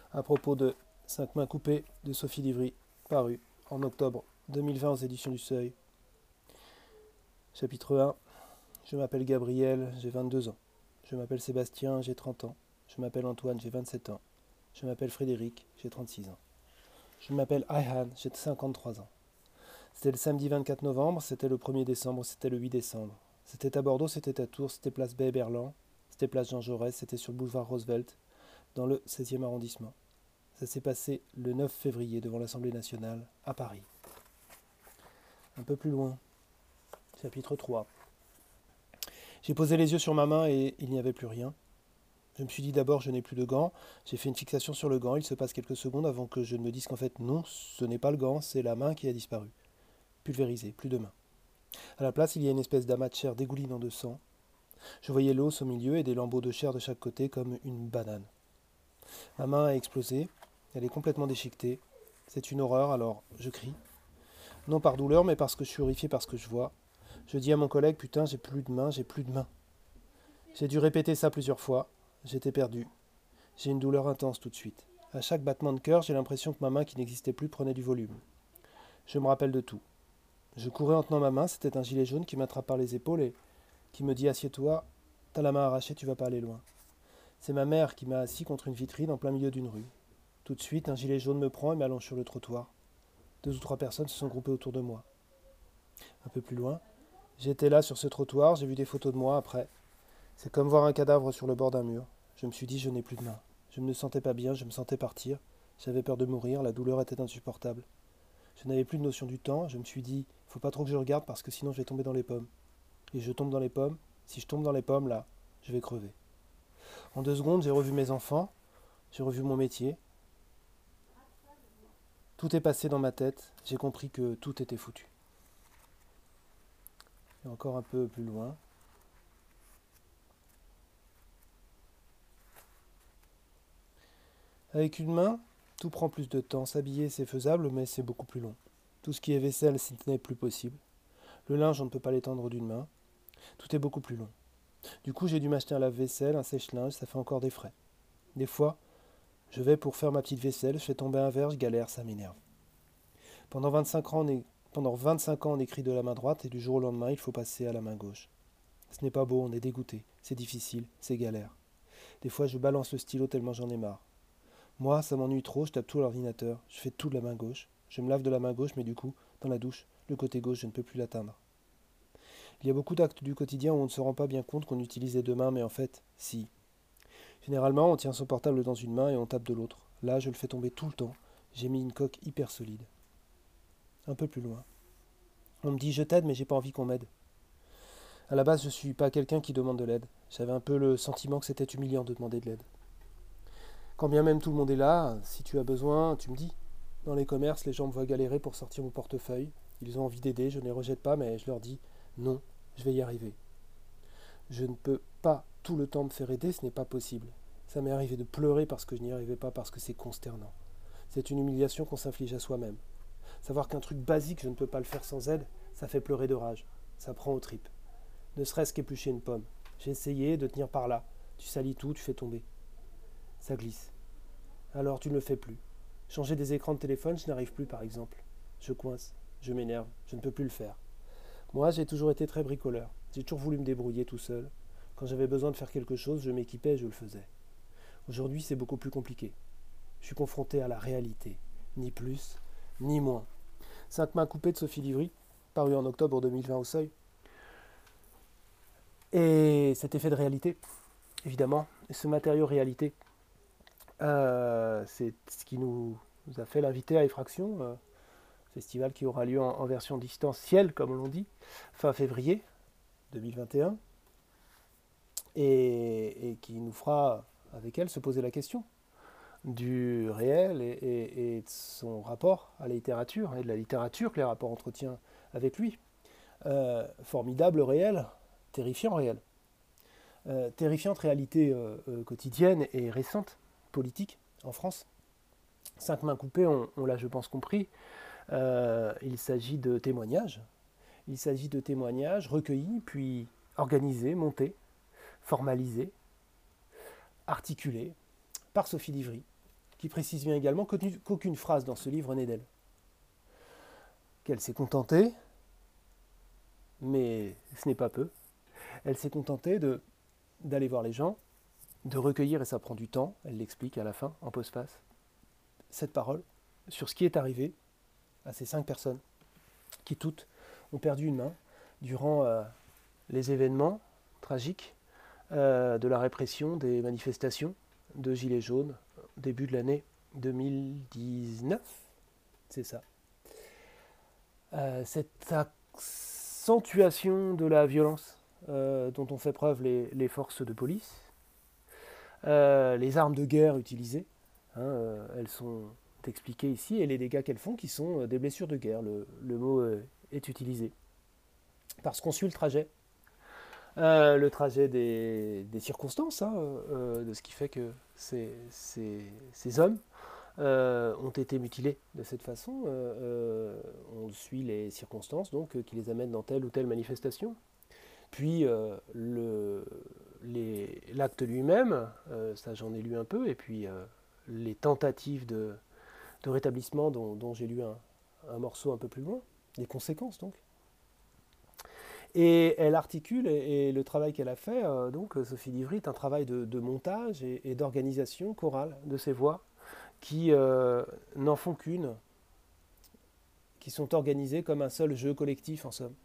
à propos de 5 mains coupées de Sophie Livry, paru en octobre 2020 aux éditions du Seuil. Chapitre 1. Je m'appelle Gabriel, j'ai 22 ans. Je m'appelle Sébastien, j'ai 30 ans. Je m'appelle Antoine, j'ai 27 ans. Je m'appelle Frédéric, j'ai 36 ans. Je m'appelle Ayhan, j'ai 53 ans. C'était le samedi 24 novembre, c'était le 1er décembre, c'était le 8 décembre. C'était à Bordeaux, c'était à Tours, c'était place Baie-Berland, c'était place Jean Jaurès, c'était sur le boulevard Roosevelt, dans le 16e arrondissement. Ça s'est passé le 9 février devant l'Assemblée nationale, à Paris. Un peu plus loin, chapitre 3. J'ai posé les yeux sur ma main et il n'y avait plus rien. Je me suis dit d'abord, je n'ai plus de gants. J'ai fait une fixation sur le gant. Il se passe quelques secondes avant que je ne me dise qu'en fait, non, ce n'est pas le gant, c'est la main qui a disparu. Pulvérisée, plus de main. À la place, il y a une espèce d'amas de chair dégoulinant de sang. Je voyais l'os au milieu et des lambeaux de chair de chaque côté comme une banane. Ma main a explosé. Elle est complètement déchiquetée. C'est une horreur, alors je crie. Non par douleur, mais parce que je suis horrifié par ce que je vois. Je dis à mon collègue, putain, j'ai plus de main, j'ai plus de main. J'ai dû répéter ça plusieurs fois. J'étais perdu. J'ai une douleur intense tout de suite. À chaque battement de cœur, j'ai l'impression que ma main qui n'existait plus prenait du volume. Je me rappelle de tout. Je courais en tenant ma main, c'était un gilet jaune qui m'attrape par les épaules et qui me dit assieds-toi, t'as la main arrachée, tu vas pas aller loin. C'est ma mère qui m'a assis contre une vitrine en plein milieu d'une rue. Tout de suite, un gilet jaune me prend et m'allonge sur le trottoir. 2 ou 3 personnes se sont groupées autour de moi. Un peu plus loin, j'étais là sur ce trottoir, j'ai vu des photos de moi après. C'est comme voir un cadavre sur le bord d'un mur. Je me suis dit, je n'ai plus de main. Je ne me sentais pas bien, je me sentais partir. J'avais peur de mourir, la douleur était insupportable. Je n'avais plus de notion du temps, je me suis dit, faut pas trop que je regarde parce que sinon je vais tomber dans les pommes. Et je tombe dans les pommes, si je tombe dans les pommes, là, je vais crever. En 2 secondes, j'ai revu mes enfants, j'ai revu mon métier. Tout est passé dans ma tête, j'ai compris que tout était foutu. Et encore un peu plus loin. Avec une main, tout prend plus de temps. S'habiller, c'est faisable, mais c'est beaucoup plus long. Tout ce qui est vaisselle, ce n'est plus possible. Le linge, on ne peut pas l'étendre d'une main. Tout est beaucoup plus long. Du coup, j'ai dû m'acheter un lave-vaisselle, un sèche-linge, ça fait encore des frais. Des fois, je vais pour faire ma petite vaisselle, je fais tomber un verre, je galère, ça m'énerve. Pendant 25 ans, pendant 25 ans, on écrit de la main droite et du jour au lendemain, il faut passer à la main gauche. Ce n'est pas beau, on est dégoûté, c'est difficile, c'est galère. Des fois, je balance le stylo tellement j'en ai marre. Moi, ça m'ennuie trop, je tape tout à l'ordinateur, je fais tout de la main gauche. Je me lave de la main gauche, mais du coup, dans la douche, le côté gauche, je ne peux plus l'atteindre. Il y a beaucoup d'actes du quotidien où on ne se rend pas bien compte qu'on utilise les 2 mains, mais en fait, si. Généralement, on tient son portable dans une main et on tape de l'autre. Là, je le fais tomber tout le temps. J'ai mis une coque hyper solide. Un peu plus loin. On me dit je t'aide, mais j'ai pas envie qu'on m'aide. À la base, je suis pas quelqu'un qui demande de l'aide. J'avais un peu le sentiment que c'était humiliant de demander de l'aide. Quand bien même tout le monde est là, si tu as besoin, tu me dis. Dans les commerces, les gens me voient galérer pour sortir mon portefeuille. Ils ont envie d'aider, je ne les rejette pas, mais je leur dis non, je vais y arriver. Je ne peux pas tout le temps me faire aider, ce n'est pas possible. Ça m'est arrivé de pleurer parce que je n'y arrivais pas, parce que c'est consternant. C'est une humiliation qu'on s'inflige à soi-même. Savoir qu'un truc basique, je ne peux pas le faire sans aide, ça fait pleurer de rage. Ça prend aux tripes. Ne serait-ce qu'éplucher une pomme. J'ai essayé de tenir par là. Tu salis tout, tu fais tomber. Ça glisse. Alors tu ne le fais plus. Changer des écrans de téléphone, je n'arrive plus par exemple. Je coince, je m'énerve, je ne peux plus le faire. Moi, j'ai toujours été très bricoleur. J'ai toujours voulu me débrouiller tout seul. Quand j'avais besoin de faire quelque chose, je m'équipais et je le faisais. Aujourd'hui, c'est beaucoup plus compliqué. Je suis confronté à la réalité. Ni plus, ni moins. 5 mains coupées de Sophie Livry, paru en octobre 2020 au Seuil. Et cet effet de réalité, évidemment, ce matériau réalité, c'est ce qui nous a fait l'inviter à Effraction, festival qui aura lieu en version distancielle, comme l'on dit, fin février 2021, et qui nous fera, avec elle, se poser la question du réel et de son rapport à la littérature, et de la littérature que les rapports entretiennent avec lui. Formidable réel, terrifiant réel. Terrifiante réalité quotidienne et récente, politique, en France. 5 mains coupées, on l'a, je pense, compris. Il s'agit de témoignages. Il s'agit de témoignages recueillis, puis organisés, montés, formalisés, articulés par Sophie Livry, qui précise bien également qu'aucune phrase dans ce livre n'est d'elle. Qu'elle s'est contentée, mais ce n'est pas peu, elle s'est contentée d'aller voir les gens, de recueillir, et ça prend du temps, elle l'explique à la fin, en postface, cette parole sur ce qui est arrivé à ces 5 personnes qui toutes ont perdu une main durant les événements tragiques de la répression des manifestations de Gilets jaunes, début de l'année 2019, c'est ça. Cette accentuation de la violence dont ont fait preuve les forces de police, les armes de guerre utilisées, elles sont expliquées ici, et les dégâts qu'elles font qui sont des blessures de guerre, le mot est utilisé. Parce qu'on suit le trajet des circonstances, de ce qui fait que ces hommes ont été mutilés de cette façon. On suit les circonstances donc qui les amènent dans telle ou telle manifestation. Puis l'acte lui-même, ça j'en ai lu un peu, et puis les tentatives de rétablissement dont j'ai lu un morceau un peu plus loin, les conséquences donc. Et elle articule, et le travail qu'elle a fait, donc Sophie Divry, est un travail de montage et d'organisation chorale de ces voix qui n'en font qu'une, qui sont organisées comme un seul jeu collectif en somme.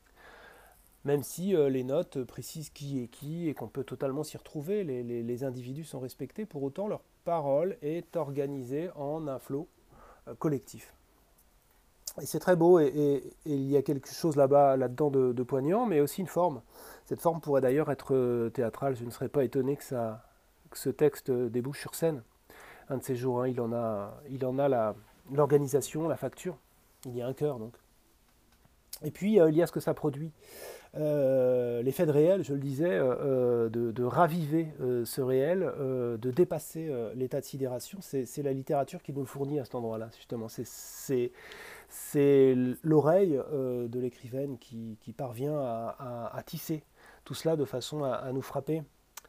Même si les notes précisent qui est qui et qu'on peut totalement s'y retrouver, les individus sont respectés, pour autant leur parole est organisée en un flot collectif. Et c'est très beau, et il y a quelque chose là-dedans de poignant, mais aussi une forme. Cette forme pourrait d'ailleurs être théâtrale, je ne serais pas étonné que ce texte débouche sur scène. Un de ces jours, il en a l'organisation, la facture, il y a un cœur donc. Et puis il y a ce que ça produit. L'effet de réel, je le disais, de raviver ce réel, de dépasser l'état de sidération, c'est la littérature qui nous le fournit à cet endroit-là, justement. C'est l'oreille de l'écrivaine qui parvient à tisser tout cela de façon à nous frapper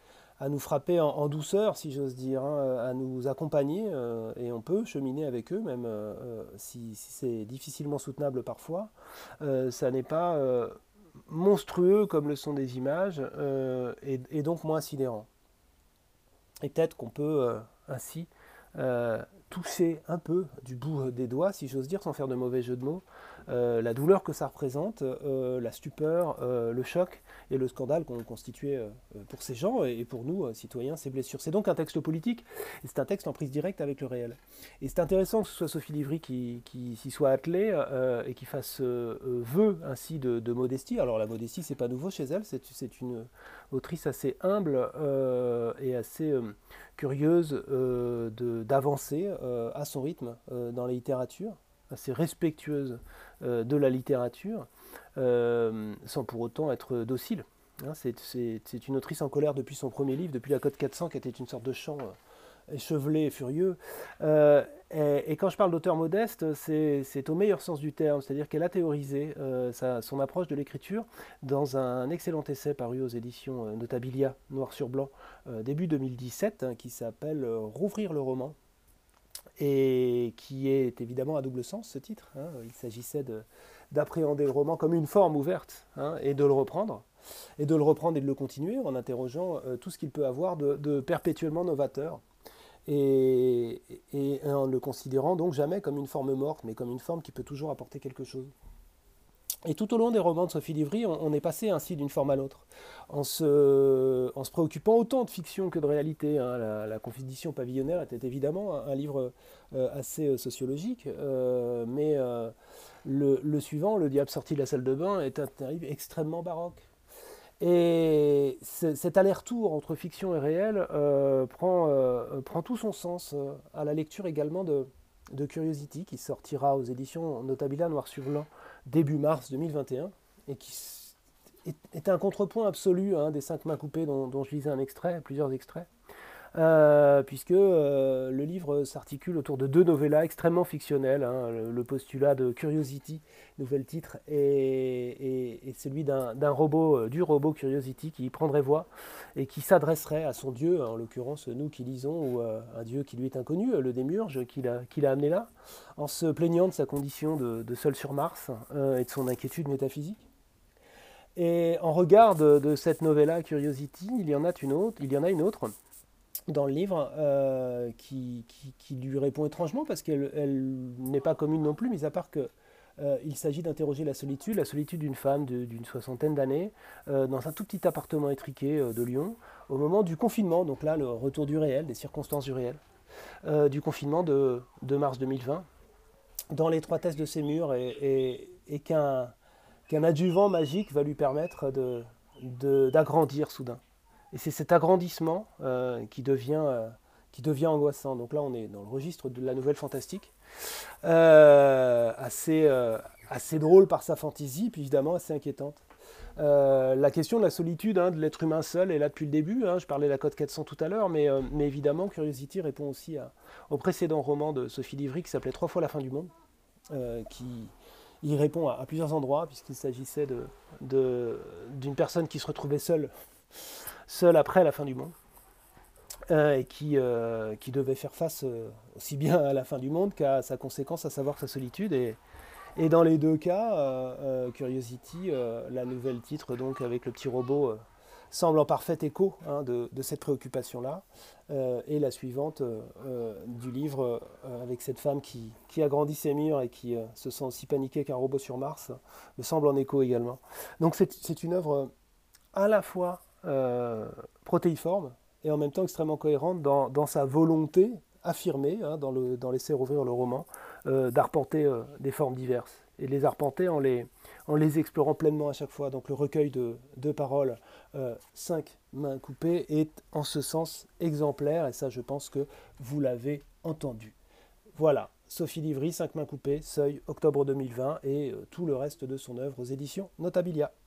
en douceur, si j'ose dire, à nous accompagner, et on peut cheminer avec eux, même si c'est difficilement soutenable parfois. Ça n'est pas monstrueux comme le sont des images, et donc moins sidérant. Et peut-être qu'on peut ainsi toucher un peu du bout des doigts, si j'ose dire, sans faire de mauvais jeu de mots, la douleur que ça représente, la stupeur, le choc et le scandale qu'ont constitué pour ces gens et pour nous, citoyens, ces blessures. C'est donc un texte politique, et c'est un texte en prise directe avec le réel. Et c'est intéressant que ce soit Sophie Divry qui s'y soit attelée et qui fasse vœu ainsi de modestie. Alors la modestie, c'est pas nouveau chez elle, c'est une autrice assez humble et assez curieuse d'avancer à son rythme dans la littérature, assez respectueuse de la littérature, sans pour autant être docile. C'est une autrice en colère depuis son premier livre, depuis la Code 400, qui était une sorte de chant échevelé et furieux. Et quand je parle d'auteur modeste, c'est au meilleur sens du terme, c'est-à-dire qu'elle a théorisé son approche de l'écriture dans un excellent essai paru aux éditions Notabilia, noir sur blanc, début 2017, qui s'appelle « Rouvrir le roman », et qui est évidemment à double sens, ce titre. Il s'agissait d'appréhender le roman comme une forme ouverte, et de le reprendre. Et de le continuer en interrogeant tout ce qu'il peut avoir de perpétuellement novateur. Et en ne le considérant donc jamais comme une forme morte, mais comme une forme qui peut toujours apporter quelque chose. Et tout au long des romans de Sophie Divry, on est passé ainsi d'une forme à l'autre, en se préoccupant autant de fiction que de réalité. La Confidition pavillonnaire était évidemment un livre assez sociologique, mais le suivant, Le diable sorti de la salle de bain, est un livre extrêmement baroque. Et cet aller-retour entre fiction et réel prend tout son sens à la lecture également de Curiosity, qui sortira aux éditions Notabilia noir sur blanc début mars 2021, et qui est un contrepoint absolu des 5 mains coupées dont je lisais plusieurs extraits, puisque le livre s'articule autour de deux novellas extrêmement fictionnelles, hein, le postulat de Curiosity, nouvel titre, et celui d'un robot, du robot Curiosity qui prendrait voix et qui s'adresserait à son dieu, en l'occurrence nous qui lisons, ou un dieu qui lui est inconnu, le démiurge qu'il a amené là, en se plaignant de sa condition de seul sur Mars et de son inquiétude métaphysique. Et en regard de cette novella Curiosity, il y en a une autre dans le livre qui lui répond étrangement parce qu'elle n'est pas commune non plus, mis à part que il s'agit d'interroger la solitude d'une femme d'une soixantaine d'années, dans un tout petit appartement étriqué de Lyon, au moment du confinement, donc là le retour du réel, des circonstances du réel, du confinement de mars 2020, dans l'étroitesse de ses murs et qu'un adjuvant magique va lui permettre d'agrandir soudain. Et c'est cet agrandissement qui devient angoissant. Donc là, on est dans le registre de la nouvelle fantastique, assez drôle par sa fantaisie, puis évidemment assez inquiétante. La question de la solitude, hein, de l'être humain seul est là depuis le début. Hein, je parlais de la Code 400 tout à l'heure, mais évidemment, Curiosity répond aussi au précédent roman de Sophie Livry qui s'appelait Trois fois la fin du monde, qui il répond à plusieurs endroits, puisqu'il s'agissait d'une personne qui se retrouvait seule après la fin du monde, et qui devait faire face aussi bien à la fin du monde qu'à sa conséquence, à savoir sa solitude. Et dans les deux cas, Curiosity, la nouvelle titre donc avec le petit robot, semble en parfait écho, hein, de cette préoccupation-là. Et la suivante du livre, avec cette femme qui agrandit ses murs et qui se sent aussi paniquée qu'un robot sur Mars, me semble en écho également. Donc c'est une œuvre à la fois protéiforme et en même temps extrêmement cohérente dans sa volonté affirmée, hein, dans Laisser ouvrir le roman, d'arpenter des formes diverses et de les arpenter en les explorant pleinement à chaque fois. Donc le recueil de paroles, Cinq mains coupées, est en ce sens exemplaire, et ça je pense que vous l'avez entendu. Voilà, Sophie Livry, Cinq mains coupées, Seuil, octobre 2020, et tout le reste de son œuvre aux éditions Notabilia.